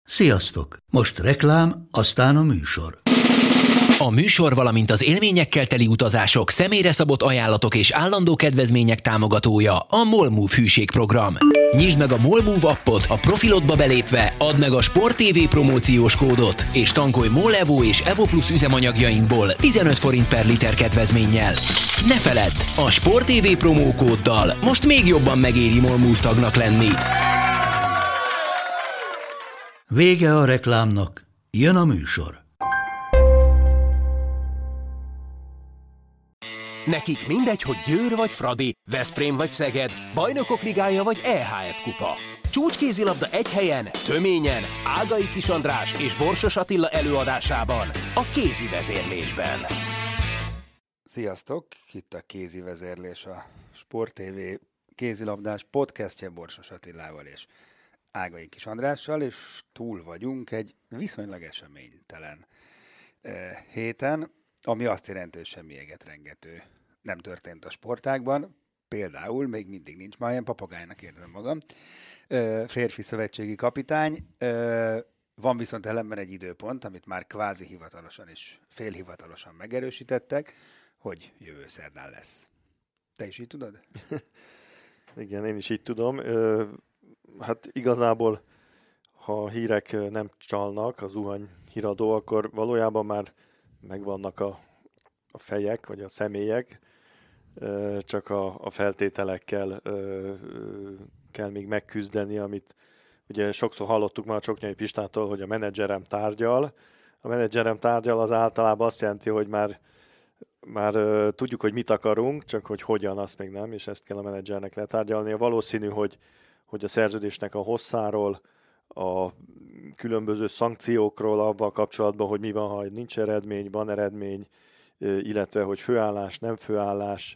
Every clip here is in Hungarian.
Sziasztok! Most reklám, aztán a műsor. A műsor, valamint az élményekkel teli utazások, személyre szabott ajánlatok és állandó kedvezmények támogatója a MOL Move hűségprogram. Nyisd meg a MOL Move appot, a profilodba belépve add meg a Sport TV promóciós kódot, és tankolj MOL Evo és Evo Plus üzemanyagjainkból 15 forint per liter kedvezménnyel. Ne feledd, a Sport TV promókóddal most még jobban megéri MOL Move tagnak lenni. Vége a reklámnak, jön a műsor. Nekik mindegy, hogy Győr vagy Fradi, Veszprém vagy Szeged, Bajnokok Ligája vagy EHF kupa. Csúcskézilabda egy helyen, töményen, Ágai Kis András és Borsos Attila előadásában, a Kézi Vezérlésben. Sziasztok! Itt a Kézi Vezérlés, a Sport TV kézilabdás podcastje Borsos Attilával és Ágai Kis Andrással, és túl vagyunk egy viszonylag eseménytelen héten, ami azt jelenti, hogy semmi egetrengető nem történt a sportágban. Például még mindig nincs, már ilyen papagájnak érzem magam, férfi szövetségi kapitány. Van viszont ellenben egy időpont, amit már kvázi hivatalosan és félhivatalosan megerősítettek, hogy jövő szerdán lesz. Te is így tudod? Igen, én is így tudom. Hát igazából, ha a hírek nem csalnak, az zuhany híradó, akkor valójában már megvannak a fejek, vagy a személyek, csak a feltételekkel kell még megküzdeni, amit ugye sokszor hallottuk már Csoknyai Pistától, hogy a menedzserem tárgyal. A menedzserem tárgyal az általában azt jelenti, hogy már tudjuk, hogy mit akarunk, csak hogy hogyan, azt még nem, és ezt kell a menedzsernek letárgyalnia. Valószínű, hogy a szerződésnek a hosszáról, a különböző szankciókról abban kapcsolatban, hogy mi van, ha nincs eredmény, van eredmény, illetve hogy főállás, nem főállás,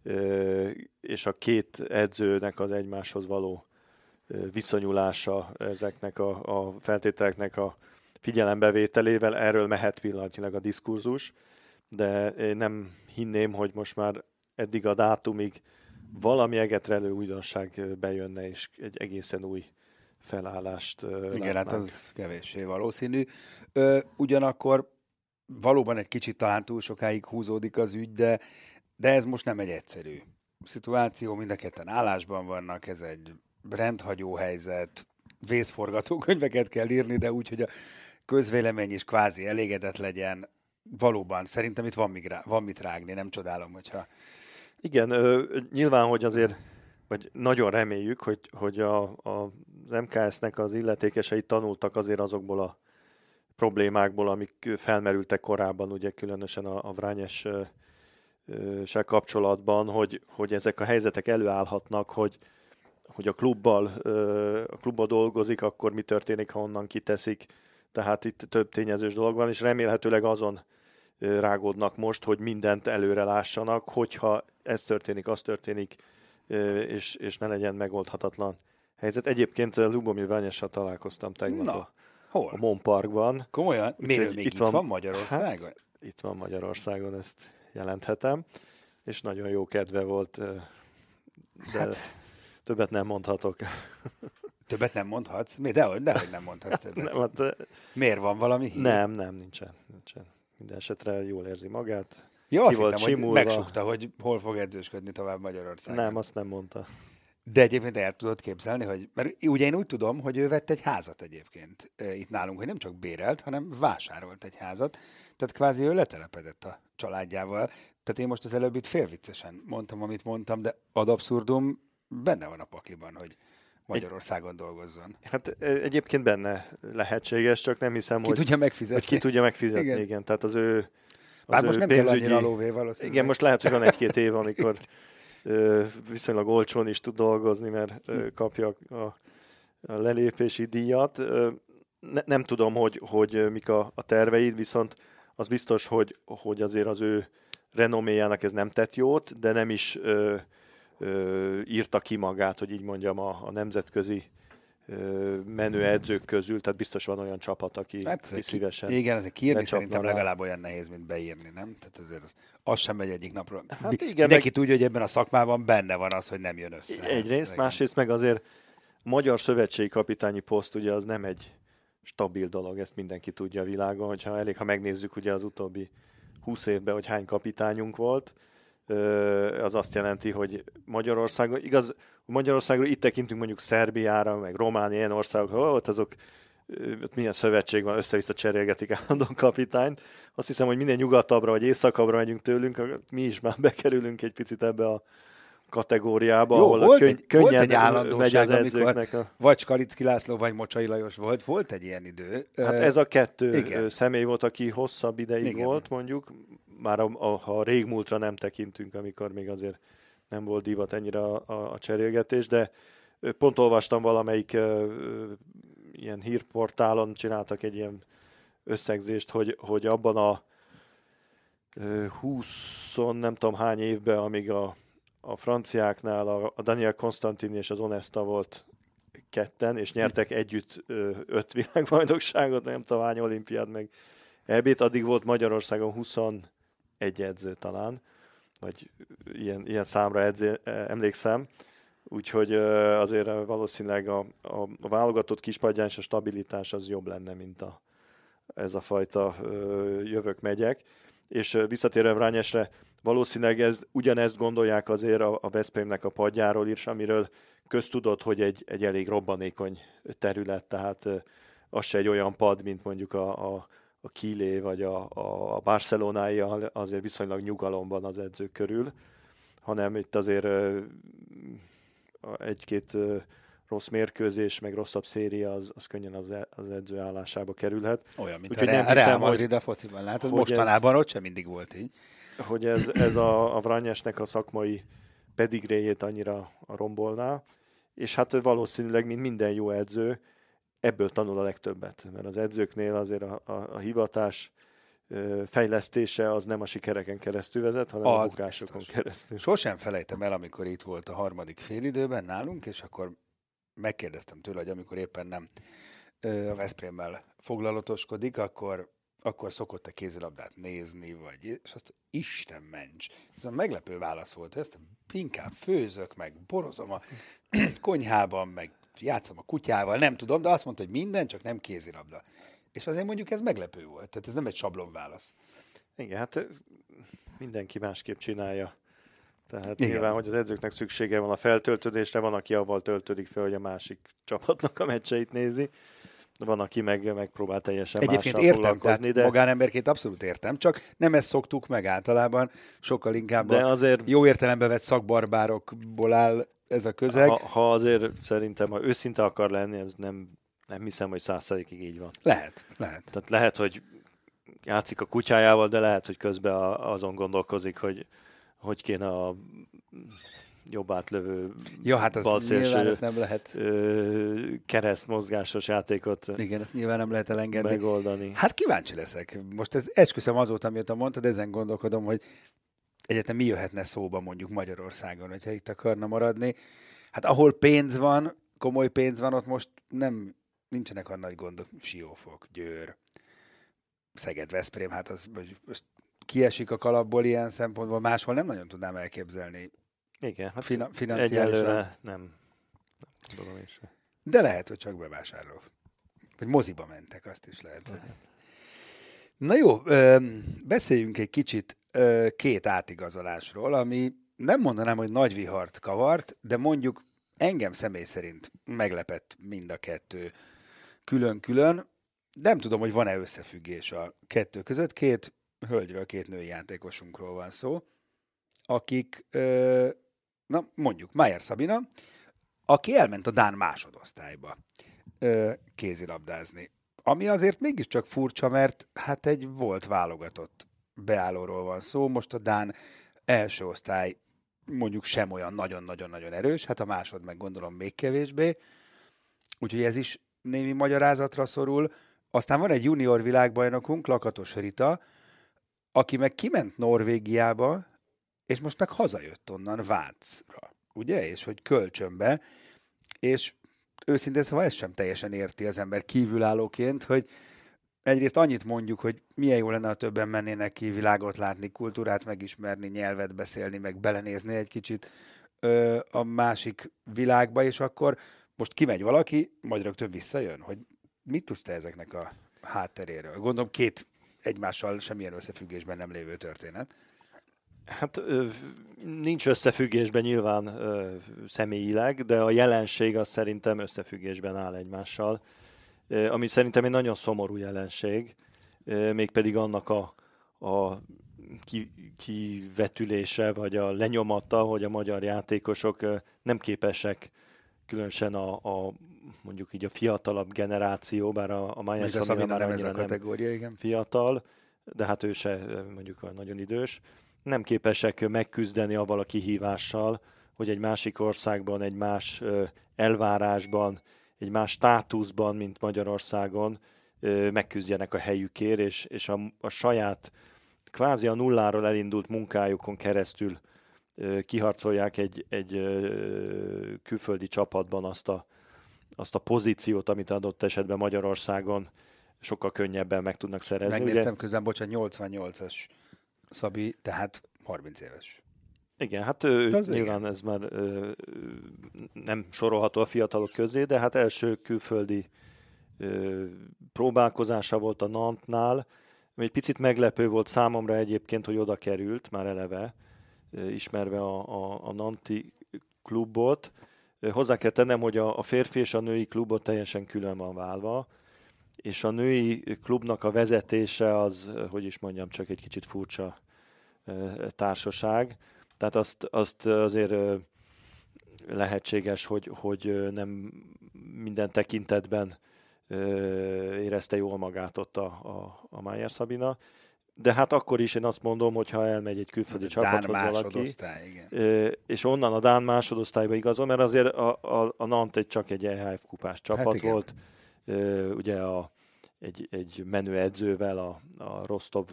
és a két edzőnek az egymáshoz való viszonyulása ezeknek a feltételeknek a figyelembevételével, erről mehet pillanatnyilag a diskurzus, de én nem hinném, hogy most már eddig a dátumig valami egetrelő újdonság bejönne, és egy egészen új felállást igen, hát az kevéssé valószínű. Ugyanakkor valóban egy kicsit talán túl sokáig húzódik az ügy, de ez most nem egy egyszerű szituáció, mind a ketten állásban vannak, ez egy rendhagyó helyzet, vészforgatókönyveket kell írni, de úgy, hogy a közvélemény is kvázi elégedett legyen. Valóban, szerintem itt van mit rágni, nem csodálom, hogyha... Igen, nyilván, hogy azért, vagy nagyon reméljük, hogy az MKS-nek az illetékesei tanultak azért azokból a problémákból, amik felmerültek korábban, ugye különösen a Vrányessel kapcsolatban, hogy ezek a helyzetek előállhatnak, hogy a klubba dolgozik, akkor mi történik, ha onnan kiteszik. Tehát itt több tényezős dolog van, és remélhetőleg azon rágódnak most, hogy mindent előre lássanak, hogyha ez történik, az történik, és ne legyen megoldhatatlan helyzet. Egyébként Lubomir Vrányessal találkoztam tegnap a Mon Parkban. Komolyan? Miért még itt van Magyarországon? Hát, itt van Magyarországon, ezt jelenthetem, és nagyon jó kedve volt, de többet nem mondhatok. Többet nem mondhatsz? Dehogy nem mondhatsz többet. Nem, hát, miért van valami hír? Nem, nincsen. Minden esetre jól érzi magát. Jó, azt hittem, hogy megsukta, hogy hol fog edzősködni tovább Magyarországon. Nem, azt nem mondta. De egyébként el tudod képzelni, mert ugye én úgy tudom, hogy ő vett egy házat egyébként itt nálunk, hogy nem csak bérelt, hanem vásárolt egy házat, tehát kvázi ő letelepedett a családjával. Tehát én most az előbb itt félviccesen mondtam, amit mondtam, de ad abszurdum benne van a pakliban, hogy Magyarországon dolgozzon. Hát egyébként benne lehetséges, csak nem hiszem, ki tudja megfizetni. Hogy ki tudja megfizetni, igen. Tehát az ő bár most nem pénzügyi... kell annyira lóvé valószínűleg. Igen, most lehet, hogy van egy-két év, amikor viszonylag olcsón is tud dolgozni, mert kapja a lelépési díjat. Nem tudom, hogy mik a terveid, viszont az biztos, hogy azért az ő renoméjának ez nem tett jót, de nem is írta ki magát, hogy így mondjam, a nemzetközi menő edzők közül, tehát biztos van olyan csapat, aki szívesen. Igen, azért kiírni szerintem legalább olyan nehéz, mint beírni, nem? Tehát azért az sem megy egyik napról. Hát igen, mindenki tudja, hogy ebben a szakmában benne van az, hogy nem jön össze. Egyrészt, másrészt meg azért magyar szövetségi kapitányi poszt, ugye az nem egy stabil dolog, ezt mindenki tudja a világon, hogyha elég, ha megnézzük ugye az utóbbi 20 évben, hogy hány kapitányunk volt, az azt jelenti, hogy Magyarországról itt tekintünk mondjuk Szerbiára, meg Románia, ilyen országok, ott azok milyen szövetség van, össze-vissza cserélgetik állandóan kapitányt. Azt hiszem, hogy minden nyugatabbra vagy északabbra megyünk tőlünk, mi is már bekerülünk egy picit ebbe a kategóriába, jó, ahol volt könnyen állandóság, megy az edzőknek. Vagy Skalicki László, vagy Mocsai Lajos volt egy ilyen idő. Hát ez a kettő igen. személy volt, aki hosszabb ideig igen. volt, mondjuk. Már ha a régmúltra nem tekintünk, amikor még azért nem volt divat ennyire a cserélgetés, de pont olvastam valamelyik ilyen hírportálon, csináltak egy ilyen összegzést, hogy abban a 20 nem tudom hány évben, amíg a franciáknál a Daniel Constantini és az Onesta volt ketten, és nyertek együtt 5 világbajnokságot, nem tudom hány olimpiát, meg EB-t, addig volt Magyarországon 21 edző talán, vagy ilyen számra emlékszem. Úgyhogy azért valószínűleg a válogatott kispadján és a stabilitás az jobb lenne, mint ez a fajta jövök-megyek. És visszatérve Vrányesre, valószínűleg ugyanezt gondolják azért a Veszprémnek a padjáról is, amiről köztudott, hogy egy elég robbanékony terület, tehát az se egy olyan pad, mint mondjuk a Kielé vagy a Barcelonái, azért viszonylag nyugalomban az edzők körül, hanem itt azért egy-két rossz mérkőzés, meg rosszabb széria, az könnyen az edző állásába kerülhet. Olyan, mint úgyhogy a Real Madrid a fociban, látod, mostanában ott sem mindig volt így. Hogy ez a Vrányesnek a szakmai pedigréjét annyira rombolná, és hát valószínűleg, mint minden jó edző, ebből tanul a legtöbbet, mert az edzőknél azért a hivatás fejlesztése az nem a sikereken keresztül vezet, hanem a bukásokon keresztül. Sosem felejtem el, amikor itt volt a harmadik félidőben nálunk, és akkor megkérdeztem tőle, hogy amikor éppen nem a Veszprémmel foglalatoskodik, akkor szokott-e kézilabdát nézni, és azt Isten ments. Ez a meglepő válasz volt, ezt inkább főzök, meg borozom a konyhában, meg játszom a kutyával, nem tudom, de azt mondta, hogy minden, csak nem kézilabda. És azért mondjuk ez meglepő volt, tehát ez nem egy sablonválasz. Igen, hát mindenki másképp csinálja. Tehát igen. Nyilván, hogy az edzőknek szüksége van a feltöltődésre, van, aki avval töltődik fel, hogy a másik csapatnak a meccseit nézi. Van, aki megpróbál teljesen egyébként mással értem, foglalkozni. tehát magánemberként abszolút értem, csak nem ezt szoktuk meg általában, sokkal inkább azért jó értelembe vett szakbarbárokból áll ez a közeg. Ha azért szerintem, ha őszinte akar lenni, ez nem hiszem, hogy 100%-ig így van. Lehet. Tehát lehet, hogy játszik a kutyájával, de lehet, hogy közben azon gondolkozik, hogy kéne a jobb átlövő hát az nyilván ezt nem lehet keresztmozgásos játékot igen, ezt nyilván nem lehet elengedni. Megoldani. Hát kíváncsi leszek. Most ez esküszöm azóta, mióta mondtad, ezen gondolkodom, hogy egyetem mi jöhetne szóba mondjuk Magyarországon, hogyha itt akarna maradni. Hát ahol pénz van, komoly pénz van, ott most nincsenek a nagy gondok. Siófok, Győr, Szeged, Veszprém, hát az kiesik a kalapból ilyen szempontból, máshol nem nagyon tudnám elképzelni. Igen, hát financiálisan. Egyelőre nem tudom én sem. De lehet, hogy csak bevásárló. Vagy moziba mentek, azt is lehet. Na jó, beszéljünk egy kicsit két átigazolásról, ami nem mondanám, hogy nagy vihart kavart, de mondjuk engem személy szerint meglepett mind a kettő külön-külön. Nem tudom, hogy van-e összefüggés a kettő között. Két hölgyről, két női játékosunkról van szó, akik, mondjuk Májer Szabina, aki elment a dán másodosztályba kézilabdázni. Ami azért mégiscsak furcsa, mert hát egy volt válogatott beállóról van szó, most a dán első osztály mondjuk sem olyan nagyon-nagyon-nagyon erős, hát a másod meg gondolom még kevésbé, úgyhogy ez is némi magyarázatra szorul. Aztán van egy junior világbajnokunk, Lakatos Rita, aki meg kiment Norvégiába, és most meg hazajött onnan Vácra, ugye? És hogy kölcsönbe, és őszintén szóval ezt sem teljesen érti az ember kívülállóként, hogy egyrészt annyit mondjuk, hogy milyen jó lenne, ha többen mennének ki világot látni, kultúrát megismerni, nyelvet beszélni, meg belenézni egy kicsit a másik világba, és akkor most kimegy valaki, majd rögtön visszajön, hogy Mit tudsz te ezeknek a hátteréről? Gondolom két egymással semmilyen összefüggésben nem lévő történet. Hát nincs összefüggésben nyilván személyileg, de a jelenség az szerintem összefüggésben áll egymással, ami szerintem egy nagyon szomorú jelenség, mégpedig annak a kivetülése, vagy a lenyomata, hogy a magyar játékosok nem képesek, különösen mondjuk így a fiatalabb generáció, bár a Májer Szabina már annyira nem fiatal, de hát ő se mondjuk nagyon idős, nem képesek megküzdeni avval a kihívással, hogy egy másik országban, egy más elvárásban, egy más státuszban, mint Magyarországon megküzdjenek a helyükért, és a saját kvázi a nulláról elindult munkájukon keresztül kiharcolják egy külföldi csapatban azt a pozíciót, amit adott esetben Magyarországon sokkal könnyebben meg tudnak szerezni. Megnéztem közben, 88-as Szabi, tehát 30 éves. Igen, hát nyilván ez már nem sorolható a fiatalok közé, de hát első külföldi próbálkozása volt a Nantnál. Egy picit meglepő volt számomra egyébként, hogy oda került már eleve, ismerve a Nanti klubot. Hozzá kell tennem, hogy a férfi és a női klubot teljesen külön van válva, és a női klubnak a vezetése az, hogy is mondjam, csak egy kicsit furcsa társaság. Tehát azt azért lehetséges, hogy nem minden tekintetben érezte jól magát ott a Májer Szabina. De hát akkor is én azt mondom, hogy ha elmegy egy külföldi csapathoz valaki, és onnan a Dán másodosztályba igazol, mert azért a Nantes csak egy EHF kupás csapat volt. Ugye egy menő edzővel, a Rostov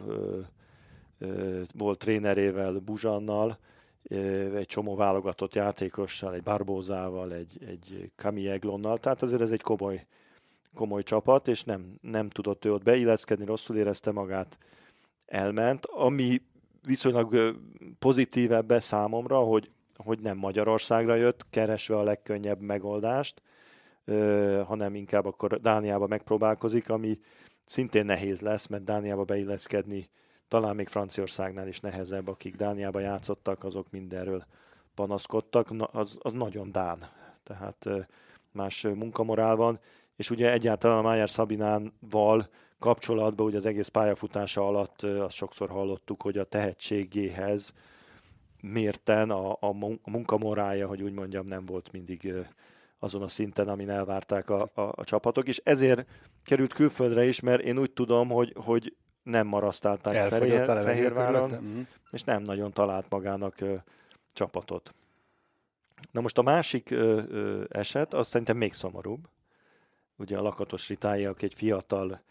volt trénerével, Buzsannal, egy csomó válogatott játékossal, egy Barbózával, egy Camille Eglonnal, tehát azért ez egy komoly csapat, és nem tudott ő ott beilleszkedni, rosszul érezte magát, elment. Ami viszonylag pozitív ebbe számomra, hogy nem Magyarországra jött, keresve a legkönnyebb megoldást, hanem inkább akkor Dániába megpróbálkozik, ami szintén nehéz lesz, mert Dániába beilleszkedni talán még Franciaországnál is nehezebb, akik Dániába játszottak, azok mindenről panaszkodtak, az nagyon dán, tehát más munkamorál van, és ugye egyáltalán a Májer Szabinával kapcsolatban, ugye az egész pályafutása alatt azt sokszor hallottuk, hogy a tehetségéhez mérten a munkamorálja, hogy úgy mondjam, nem volt mindig azon a szinten, amin elvárták a csapatok, és ezért került külföldre is, mert én úgy tudom, hogy nem marasztálták Fehérváron, és nem nagyon talált magának csapatot. Na most a másik eset, az szerintem még szomorúbb. Ugye a Lakatos Ritály, aki egy fiatal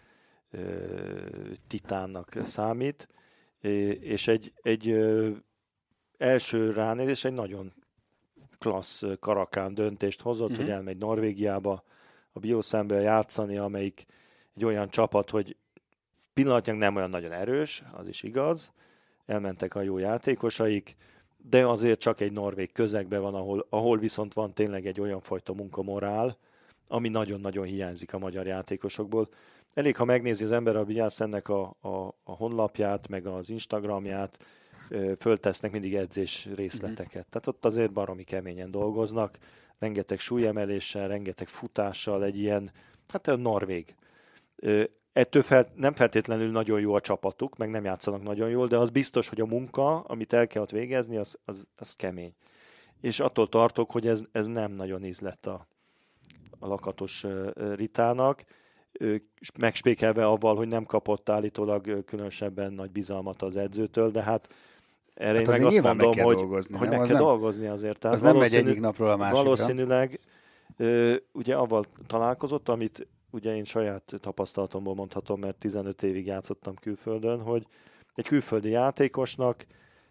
titánnak számít, és egy első ránézés egy nagyon klassz karakán döntést hozott, hogy elmegy Norvégiába a Bioszembe játszani, amelyik egy olyan csapat, hogy pillanatnyilag nem olyan nagyon erős, az is igaz, elmentek a jó játékosaik, de azért csak egy norvég közegben van, ahol viszont van tényleg egy olyan fajta munkamorál, ami nagyon-nagyon hiányzik a magyar játékosokból. Elég, ha megnézi az ember a Bijászennek a honlapját, meg az Instagramját, föltesznek mindig edzés részleteket. Tehát ott azért baromi keményen dolgoznak, rengeteg súlyemeléssel, rengeteg futással, egy ilyen, hát a norvég. Ettől nem feltétlenül nagyon jó a csapatuk, meg nem játszanak nagyon jól, de az biztos, hogy a munka, amit el kell ott végezni, az kemény. És attól tartok, hogy ez nem nagyon ízlett a Lakatos Ritának, megspékelve avval, hogy nem kapott állítólag különösebben nagy bizalmat az edzőtől, de hát erre én meg azt mondom, hogy meg kell dolgozni azért. Az nem megy egyik napról a másikra. Valószínűleg ugye avval találkozott, amit ugye én saját tapasztalatomból mondhatom, mert 15 évig játszottam külföldön, hogy egy külföldi játékosnak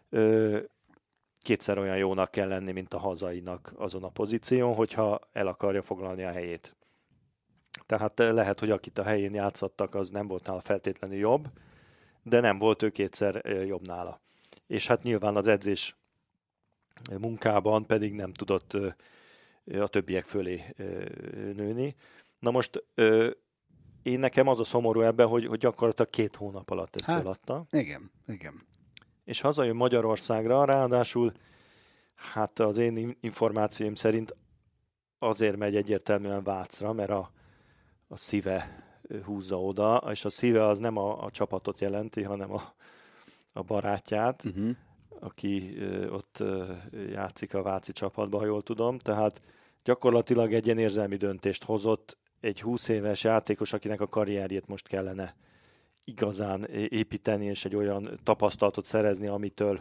kétszer olyan jónak kell lenni, mint a hazainak azon a pozíción, hogyha el akarja foglalni a helyét. Tehát lehet, hogy akit a helyén játszottak, az nem volt nála feltétlenül jobb, de nem volt ő kétszer jobb nála. És hát nyilván az edzés munkában pedig nem tudott a többiek fölé nőni. Na most én nekem az a szomorú ebben, hogy gyakorlatilag 2 hónap alatt ezt feladta. Igen. És hazajön Magyarországra, ráadásul hát az én információim szerint azért megy egyértelműen Vácra, mert a szíve húzza oda, és a szíve az nem a csapatot jelenti, hanem a barátját, aki ott játszik a váci csapatban, ha jól tudom. Tehát gyakorlatilag egy ilyen érzelmi döntést hozott egy 20 éves játékos, akinek a karrierjét most kellene igazán építeni, és egy olyan tapasztalatot szerezni, amitől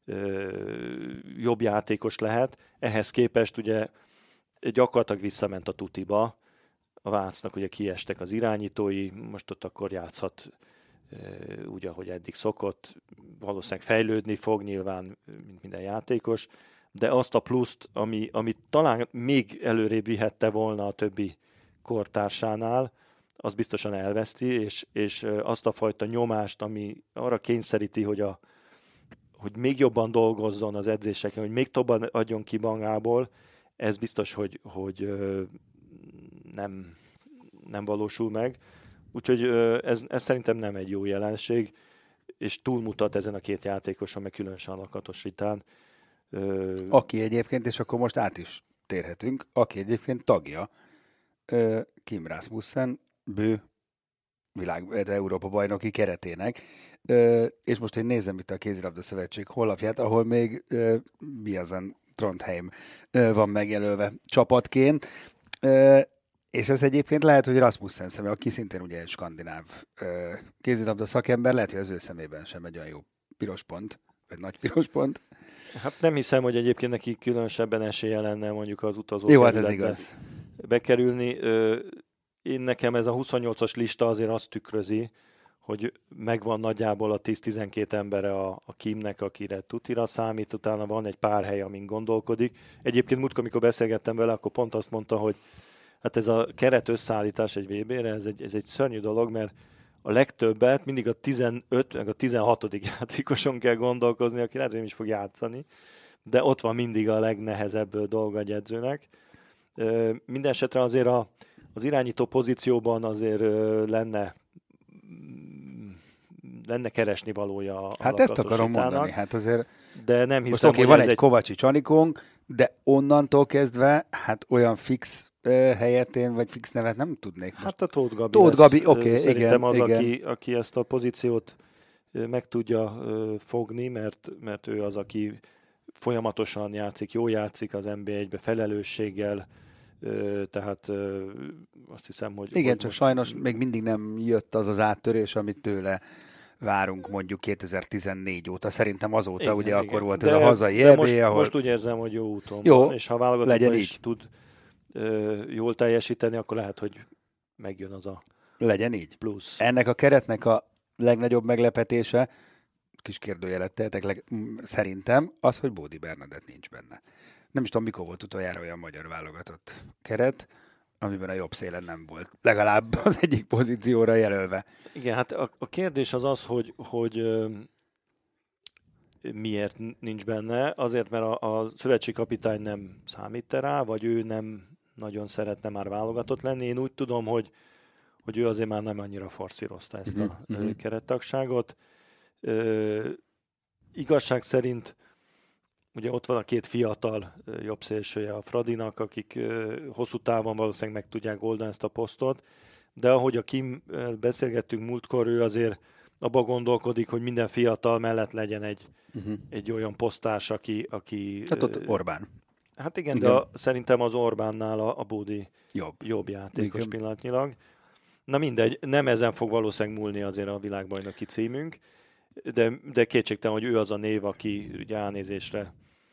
jobb játékos lehet. Ehhez képest ugye gyakorlatilag visszament a tutiba. A Vácnak ugye kiestek az irányítói, most ott akkor játszhat úgy, ahogy eddig szokott. Valószínűleg fejlődni fog nyilván, mint minden játékos, de azt a pluszt, ami talán még előrébb vihette volna a többi kortársánál, az biztosan elveszti, és azt a fajta nyomást, ami arra kényszeríti, hogy még jobban dolgozzon az edzéseken, hogy még többen adjon ki magából, ez biztos, hogy nem valósul meg. Úgyhogy ez szerintem nem egy jó jelenség, és túlmutat ezen a 2 játékoson, meg különösen a Lakatos Ritán. Aki egyébként, és akkor most át is térhetünk, aki egyébként tagja Kim Rasmussen bő Európa bajnoki keretének, és most én nézem itt a Kézilabda Szövetség honlapját, ahol még Biazen Trondheim van megjelölve csapatként, és ez egyébként lehet, hogy Rasmussen személy, aki szintén ugye egy skandináv kézilabda szakember, lehet, hogy az ő szemében sem egy olyan jó piros pont, vagy nagy piros pont. Hát nem hiszem, hogy egyébként neki különösebben esélye lenne mondjuk az utazó jó, hát ez igaz. Bekerülni. Én nekem ez a 28-as lista azért azt tükrözi, hogy megvan nagyjából a 10-12 embere a Kimnek, akire tutira számít, utána van egy pár hely, amin gondolkodik. Egyébként múltkor, amikor beszélgettem vele, akkor pont azt mondta, hogy hát ez a keret összeállítás egy VB-re, ez egy szörnyű dolog, mert a legtöbbet mindig a 15, meg a 16. játékoson kell gondolkozni, aki lehet, hogy nem is fog játszani, de ott van mindig a legnehezebb dolga egy edzőnek. Minden esetre azért az irányító pozícióban azért lenne keresni valója a Hát ezt akarom mondani, hát azért de nem hiszem, most van egy Kovacsi Csanikónk, de onnantól kezdve hát olyan fix helyet én, vagy fix nevet nem tudnék most. Hát a Tóth Gabi. Tóth Gabi, oké, szerintem igen, az, aki ezt a pozíciót meg tudja fogni, mert ő az, aki folyamatosan játszik, jól játszik az NB1-be felelősséggel, tehát azt hiszem, hogy... Igen, csak sajnos még mindig nem jött az áttörés, amit tőle várunk mondjuk 2014 óta. Szerintem azóta igen, ugye igen. Akkor volt ez a hazai EB, most úgy érzem, hogy jó úton van, és ha válogatottban is tud jól teljesíteni, akkor lehet, hogy megjön az a legyen így. Plusz. Ennek a keretnek a legnagyobb meglepetése, kis kérdőjelet tehetek, szerintem az, hogy Bódi Bernadett nincs benne. Nem is tudom, mikor volt utoljára olyan magyar válogatott keret, amiben a jobb szélen nem volt. Legalább az egyik pozícióra jelölve. Igen, hát a kérdés az, hogy miért nincs benne. Azért, mert a szövetségkapitány nem számít rá, vagy ő nem nagyon szeretne már válogatott lenni. Én úgy tudom, hogy ő azért már nem annyira forszírozta ezt a kerettagságot. Igazság szerint ugye ott van a 2 fiatal jobb szélsője a Fradinak, akik hosszú távon valószínűleg meg tudják oldani ezt a posztot, de ahogy a Kim beszélgettünk múltkor, ő azért abba gondolkodik, hogy minden fiatal mellett legyen egy olyan posztás, aki hát ott Orbán. Hát igen. De szerintem az Orbánnál a Bódi jobb játékos igen. Pillanatnyilag. Na mindegy, nem ezen fog valószínűleg múlni azért a világbajnoki címünk, de kétségtelen, hogy ő az a név, aki ugye elnézésre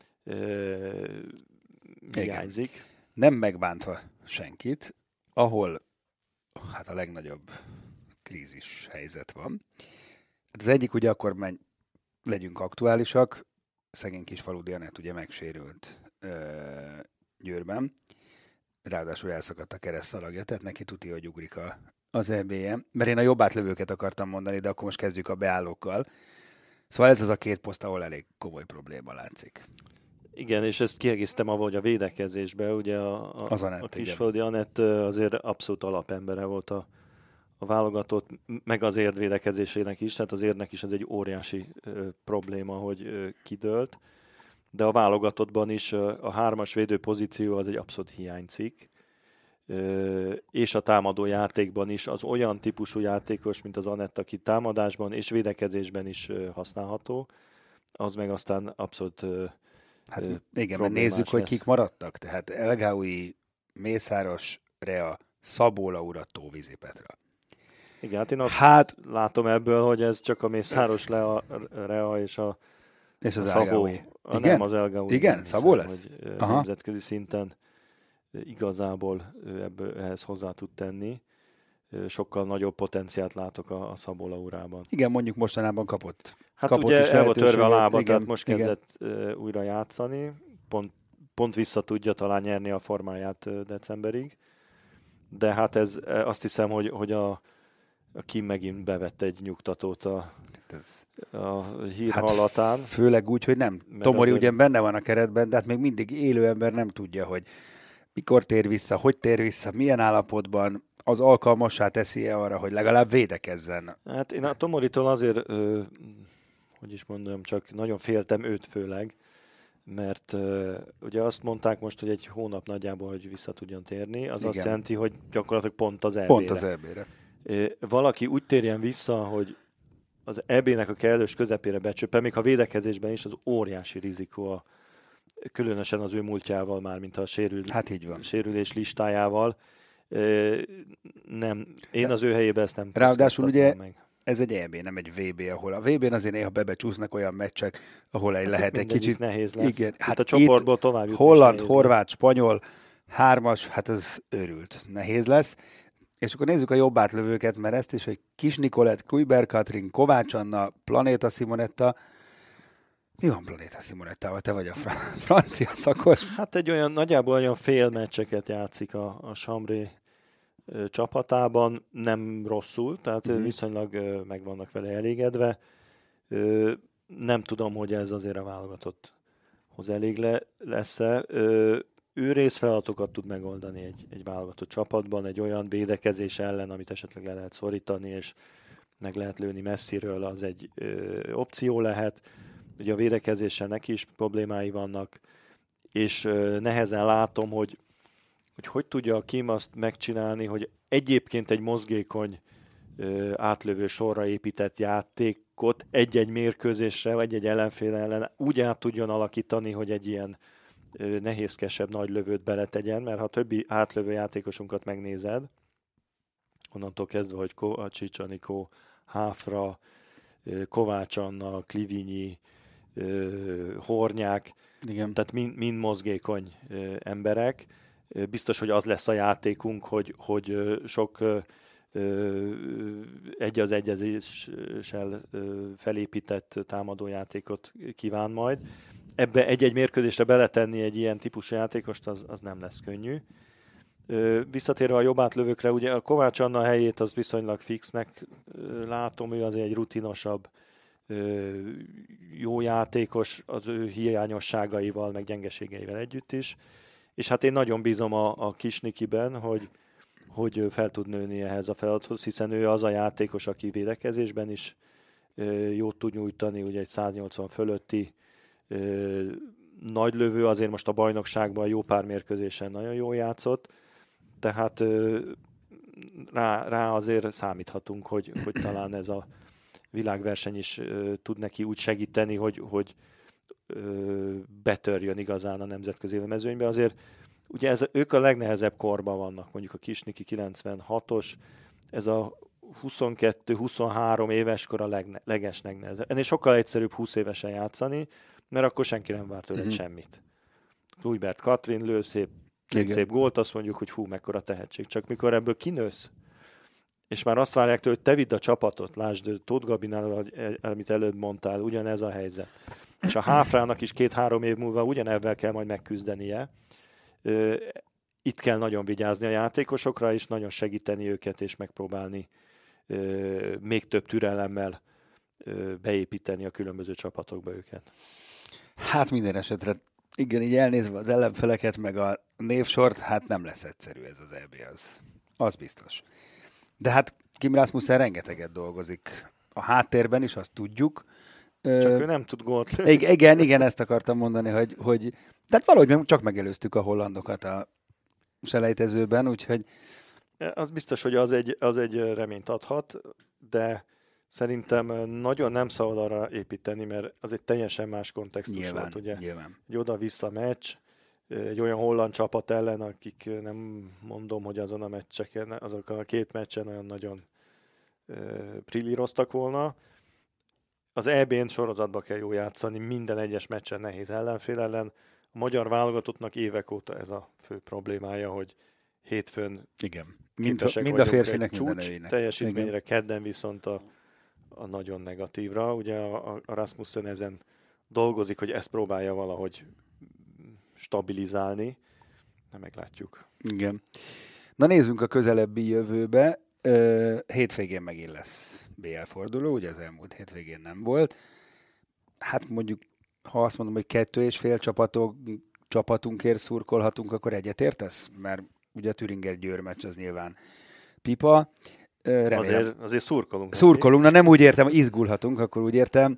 hiányzik. Nem megbántva senkit, ahol hát a legnagyobb krízis helyzet van. Az egyik ugye akkor legyünk aktuálisak, szegény Kisfaludy Anett ugye megsérült Győrben, ráadásul elszakadt a keresztszalagja, tehát neki tuti, hogy ugrik az EB-je. Mert én a jobb átlövőket akartam mondani, de akkor most kezdjük a beállókkal. Szóval ez az a 2 poszt, ahol elég komoly probléma látszik. Igen, és ezt kiegészítem avagy a védekezésbe, ugye a Kisfaludy Anett azért abszolút alapembere volt a a válogatott, meg az Érd védekezésének is, tehát az Érdnek is ez egy óriási probléma, hogy kidőlt, de a válogatottban is a 3-as védő pozíció az egy abszolút hiánycikk, és a támadó játékban is az olyan típusú játékos, mint az Anett, aki támadásban és védekezésben is használható, az meg aztán abszolút hát igen, mert nézzük, hogy kik maradtak. Tehát El Gaoui, Mészáros, Rea, Szabó Laura, Tóvízi Petra. Igen, hát én azt látom ebből, hogy ez csak a Mészáros, Rea és az Szabó. Nem az El Gaoui. Igen, Szabó lesz? Nemzetközi szinten igazából ehhez hozzá tud tenni. Sokkal nagyobb potenciált látok a Szabó Laurában. Igen, mondjuk mostanában kapott. Hát kapott ugye el volt törve a lába, igen, tehát most kezdett újra játszani. Pont vissza tudja talán nyerni a formáját decemberig. De hát ez azt hiszem, hogy a Kim megint bevett egy nyugtatót a hír hallatán. Főleg úgy, hogy nem. Tomori ugyan benne van a keretben, de hát még mindig élő ember nem tudja, hogy mikor tér vissza, hogy tér vissza, milyen állapotban, az alkalmassá teszi-e arra, hogy legalább védekezzen. Hát én a Tomoritól azért, hogy is mondjam, csak nagyon féltem őt főleg, mert ugye azt mondták most, hogy egy hónap nagyjából, hogy vissza tudjon térni, az igen. Azt jelenti, hogy gyakorlatilag pont az EB-re. Pont az EB-re. Valaki úgy térjen vissza, hogy az EB-nek a kellős közepére becsöppen, még ha védekezésben is, az óriási rizikó, különösen az ő múltjával már, mint a sérülés listájával. Nem, én az ő helyében ezt nem. Ráadásul ugye meg. Ez egy EB, nem egy VB, ahol a VB-n azért néha bebecsúsznak olyan meccsek, ahol lehet egy kicsit nehéz lesz. Igen, hát a csoportból tovább jutni. Holland, horvát, spanyol, 3-as, hát ez őrült. Nehéz lesz. És akkor nézzük a jobb átlövőket, mert ezt is, hogy Kis Nikolett, Kluiber Katrin, Kovács Anna, Planéta Simonetta. Mi van Planéta Simonettával? Te vagy a francia szakos. Hát egy olyan, nagyjából olyan fél meccseket játszik a Chambré csapatában, nem rosszul, tehát viszonylag meg vannak vele elégedve. Nem tudom, hogy ez azért a válogatotthoz elég lesz-e. Ő részfeladatokat tud megoldani egy válogatott csapatban, egy olyan védekezés ellen, amit esetleg le lehet szorítani, és meg lehet lőni messziről, az egy opció lehet. Ugye a védekezéssel neki is problémái vannak, és nehezen látom, hogy tudja a Kim azt megcsinálni, hogy egyébként egy mozgékony átlövő sorra épített játékot egy-egy mérkőzésre, vagy egy ellenfél ellen úgy át tudjon alakítani, hogy egy ilyen nehézkesebb nagy lövőt beletegyen, mert ha többi átlövő játékosunkat megnézed, onnantól kezdve, hogy Kovácsics Anikó, Háfra, Kovács Anna, Klivinyi, Hornyák, igen. Tehát mind mozgékony emberek. Biztos, hogy az lesz a játékunk, hogy sok egy az egyezéssel felépített támadójátékot kíván majd. Ebbe egy-egy mérkőzésre beletenni egy ilyen típusú játékost, az nem lesz könnyű. Visszatérve a jobb átlövőkre, ugye a Kovács Anna helyét az viszonylag fixnek látom, ő azért egy rutinosabb, jó játékos az ő hiányosságaival, meg gyengeségeivel együtt is. És hát én nagyon bízom a Kis Nikiben, hogy fel tud nőni ehhez a feladathoz, hiszen ő az a játékos, aki védekezésben is jót tud nyújtani, ugye egy 180 fölötti nagy lövő, azért most a bajnokságban jó pár mérkőzésen nagyon jól játszott, tehát rá azért számíthatunk, hogy talán ez a világverseny is tud neki úgy segíteni, hogy betörjön igazán a nemzetközi mezőnybe. Azért ugye ők a legnehezebb korban vannak, mondjuk a Kis Niki 96-os, ez a 22-23 éves kor a legeslegnehezebb. Ennél sokkal egyszerűbb 20 évesen játszani, mert akkor senki nem vár tőled semmit. Kluivert Katrin lő szép gólt, azt mondjuk, hogy hú, mekkora tehetség. Csak mikor ebből kinősz, és már azt várják tőle, hogy te vidd a csapatot, lásd, Tóth Gabinál, amit előbb mondtál, ugyanez a helyzet. És a Háfrának is 2-3 év múlva ugyanebben kell majd megküzdenie. Itt kell nagyon vigyázni a játékosokra, és nagyon segíteni őket, és megpróbálni még több türelemmel beépíteni a különböző csapatokba őket. Hát minden esetre, igen, így elnézve az ellenfeleket, meg a névsort, hát nem lesz egyszerű ez az EB, az biztos. De hát Kim Rasmussen rengeteget dolgozik a háttérben is, azt tudjuk. Csak ő nem tud gólt. Igen, ezt akartam mondani, hogy tehát valahogy csak megelőztük a hollandokat a selejtezőben, úgyhogy... Az biztos, hogy az egy reményt adhat, de szerintem nagyon nem szabad arra építeni, mert az egy teljesen más kontextus volt, ugye? Nyilván. Egy oda-vissza meccs, egy olyan holland csapat ellen, akik nem mondom, hogy azon a meccseken, azok a két meccsen nagyon prillíroztak volna. Az EB-n sorozatba kell jól játszani, minden egyes meccsen nehéz ellenfél ellen. A magyar válogatottnak évek óta ez a fő problémája, hogy hétfőn Igen. mind a férfinek, egy mind a csúcs nőinek. teljesítményre, Igen. kedden viszont a nagyon negatívra. Ugye a Rasmussen ezen dolgozik, hogy ezt próbálja valahogy stabilizálni. Na, meglátjuk. Igen. Na nézzünk a közelebbi jövőbe. Hétvégén megint lesz BL forduló, ugye az elmúlt hétvégén nem volt. Hát mondjuk, ha azt mondom, hogy 2,5 csapatunkért szurkolhatunk, akkor egyetértesz? Mert ugye a Thüringer-Győr meccs az nyilván pipa. Azért szurkolunk. Szurkolunk, na nem úgy értem, izgulhatunk, akkor úgy értem.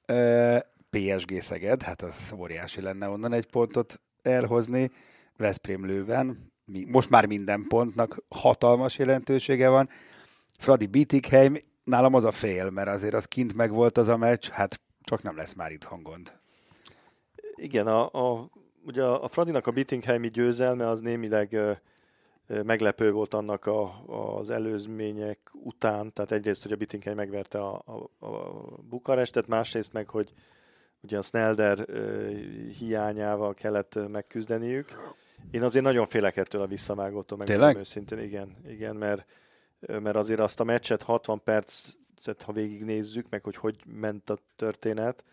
PSG Szeged, hát az óriási lenne onnan egy pontot elhozni. Veszprém Lőven, most már minden pontnak hatalmas jelentősége van. Fradi Bietigheim, nálam az a fél, mert azért az kint megvolt az a meccs, hát csak nem lesz már itthon gond. Igen, ugye a Fradinak a Bietigheimi győzelme az némileg meglepő volt annak az előzmények után, tehát egyrészt, hogy a Bietigheim megverte a Bukarestet, másrészt meg, hogy ugye a Sneijder hiányával kellett megküzdeniük. Én azért nagyon félek ettől a visszavágótól, meg őszintén, igen, mert azért azt a meccset 60 percet, ha végignézzük, meg hogy ment a történet,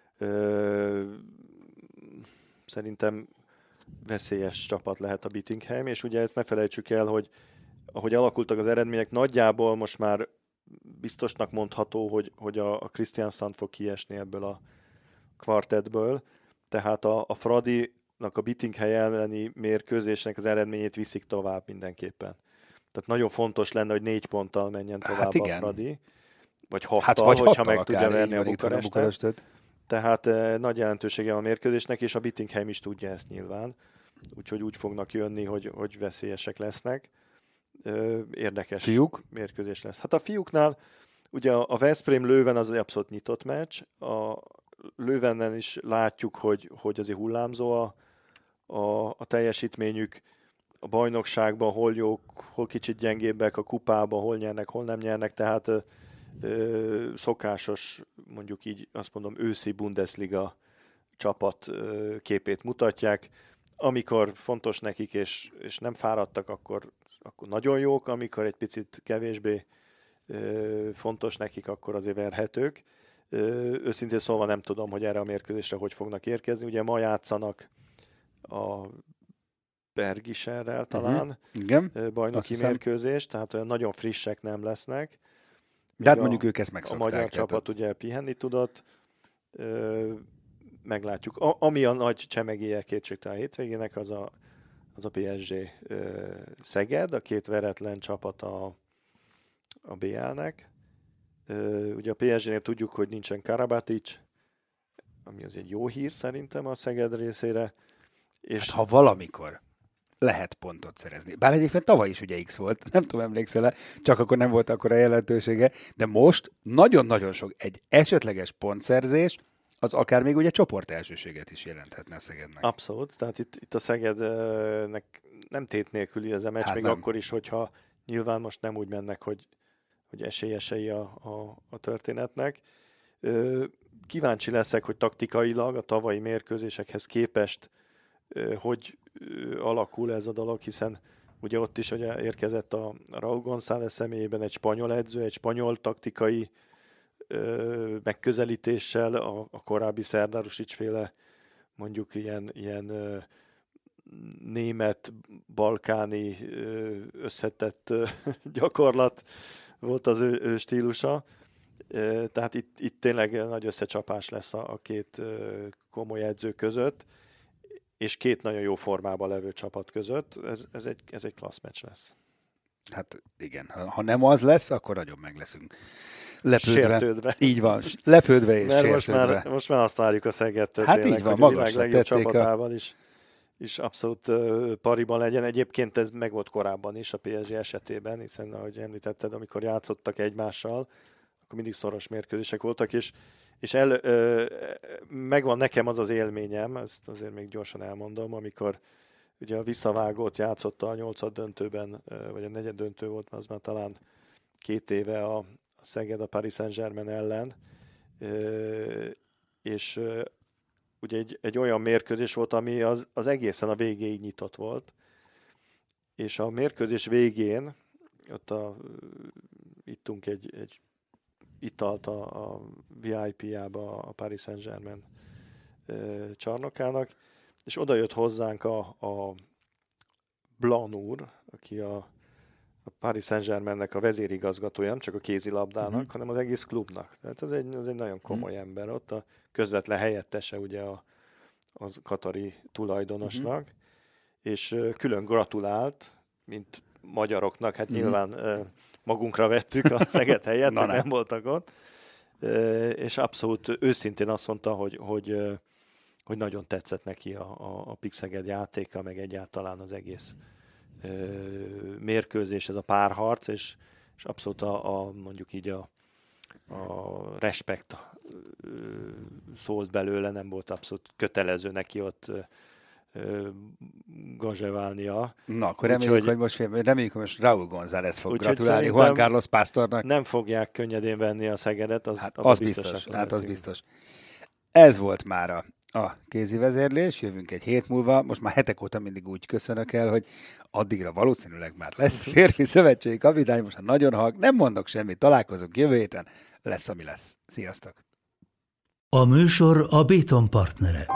szerintem veszélyes csapat lehet a Bietigheim, és ugye ezt ne felejtsük el, hogy ahogy alakultak az eredmények, nagyjából most már biztosnak mondható, hogy a Kristiansand fog kiesni ebből a kvartettből, tehát a Fradinak a Bietigheim elleni mérkőzésnek az eredményét viszik tovább mindenképpen. Tehát nagyon fontos lenne, hogy 4 ponttal menjen tovább a Fradi, vagy 6-tal, hogyha meg tudja verni a Bukarestet. Tehát nagy jelentősége van a mérkőzésnek, és a Bietigheim is tudja ezt nyilván. Úgyhogy úgy fognak jönni, hogy veszélyesek lesznek. Érdekes mérkőzés lesz. Hát a fiúknál ugye a Veszprém Lőven az egy abszolút nyitott meccs. A Lővenen is látjuk, hogy azért hullámzó a teljesítményük. A bajnokságban hol jók, hol kicsit gyengébbek, a kupában hol nyernek, hol nem nyernek, tehát szokásos, mondjuk így azt mondom, őszi Bundesliga csapat képét mutatják. Amikor fontos nekik, és nem fáradtak, akkor nagyon jók, amikor egy picit kevésbé fontos nekik, akkor azért verhetők. Őszintén szólva nem tudom, hogy erre a mérkőzésre hogy fognak érkezni. Ugye ma játszanak a Bergiserrel talán bajnoki mérkőzés, tehát olyan nagyon frissek nem lesznek. De hát mondjuk ők ezt megszokták. A magyar csapat ugye pihenni tudott. Meglátjuk. Ami a nagy csemegéje kétségtelen hétvégének, az a PSG Szeged, a két veretlen csapat a BL-nek. Ugye a PSG-nél tudjuk, hogy nincsen Karabatic, ami az egy jó hír szerintem a Szeged részére. És hát, ha valamikor lehet pontot szerezni. Bár egyébként tavaly is ugye X volt, nem tudom, emlékszel-e, csak akkor nem volt akkora jelentősége, de most nagyon-nagyon sok egy esetleges pontszerzés, az akár még ugye csoport elsőséget is jelenthetne a Szegednek. Abszolút, tehát itt a Szegednek nem tét nélküli ez a meccs, hát még nem. Akkor is, hogyha nyilván most nem úgy mennek, hogy esélyesei a történetnek. Kíváncsi leszek, hogy taktikailag a tavalyi mérkőzésekhez képest hogy alakul ez a dolog, hiszen ugye ott is ugye érkezett a Raúl González személyében egy spanyol edző, egy spanyol taktikai megközelítéssel, a korábbi Szerdarusics-féle mondjuk ilyen német, balkáni összetett gyakorlat volt az ő stílusa. Tehát itt tényleg nagy összecsapás lesz a két komoly edző között, és két nagyon jó formában levő csapat között. Ez egy klassz meccs lesz. Hát igen, ha nem az lesz, akkor nagyon meg leszünk. Lepődve. Sértődve. Így van, lepődve és mert sértődve. most már azt várjuk a Szegedtől. Hát tényleg, így van, hogy a világ magasra legjobb tették csapatával is abszolút pariban legyen. Egyébként ez meg volt korábban is a PSG esetében, hiszen ahogy említetted, amikor játszottak egymással, akkor mindig szoros mérkőzések voltak, és megvan nekem az élményem, ezt azért még gyorsan elmondom, amikor ugye a visszavágót játszotta a 8. döntőben, vagy a 4. döntő volt, az már talán 2 éve a Szeged a Paris Saint-Germain ellen, és ugye egy olyan mérkőzés volt, ami az egészen a végéig nyitott volt, és a mérkőzés végén ott ittunk egy italt a VIP-jába a Paris Saint-Germain csarnokának, és oda jött hozzánk a Blanc úr, aki a Paris Saint-Germainnek a vezérigazgatója, nem csak a kézilabdának, hanem az egész klubnak. Tehát az egy nagyon komoly ember ott, a közvetlen helyettese ugye az katari tulajdonosnak, és külön gratulált, mint magyaroknak, hát nyilván magunkra vettük a Szeged helyet, nem voltak ott, és abszolút őszintén azt mondta, hogy nagyon tetszett neki a PIK Szeged játéka, meg egyáltalán az egész mérkőzés, ez a párharc, és abszolút mondjuk így a respekt szólt belőle, nem volt abszolút kötelező neki ott gazseválnia. Na, akkor reméljük, hogy most Raúl González fog gratulálni Juan Carlos Pastornak. Nem fogják könnyedén venni a Szegedet, az biztos. Hát az biztos. Ez volt már a kézi vezérlés, jövünk egy hét múlva, most már hetek óta mindig úgy köszönök el, hogy addigra valószínűleg már lesz férfi szövetségi kapitány, most nagyon halk, nem mondok semmit, találkozunk jövő héten, lesz ami lesz. Sziasztok! A műsor a Béton partnere.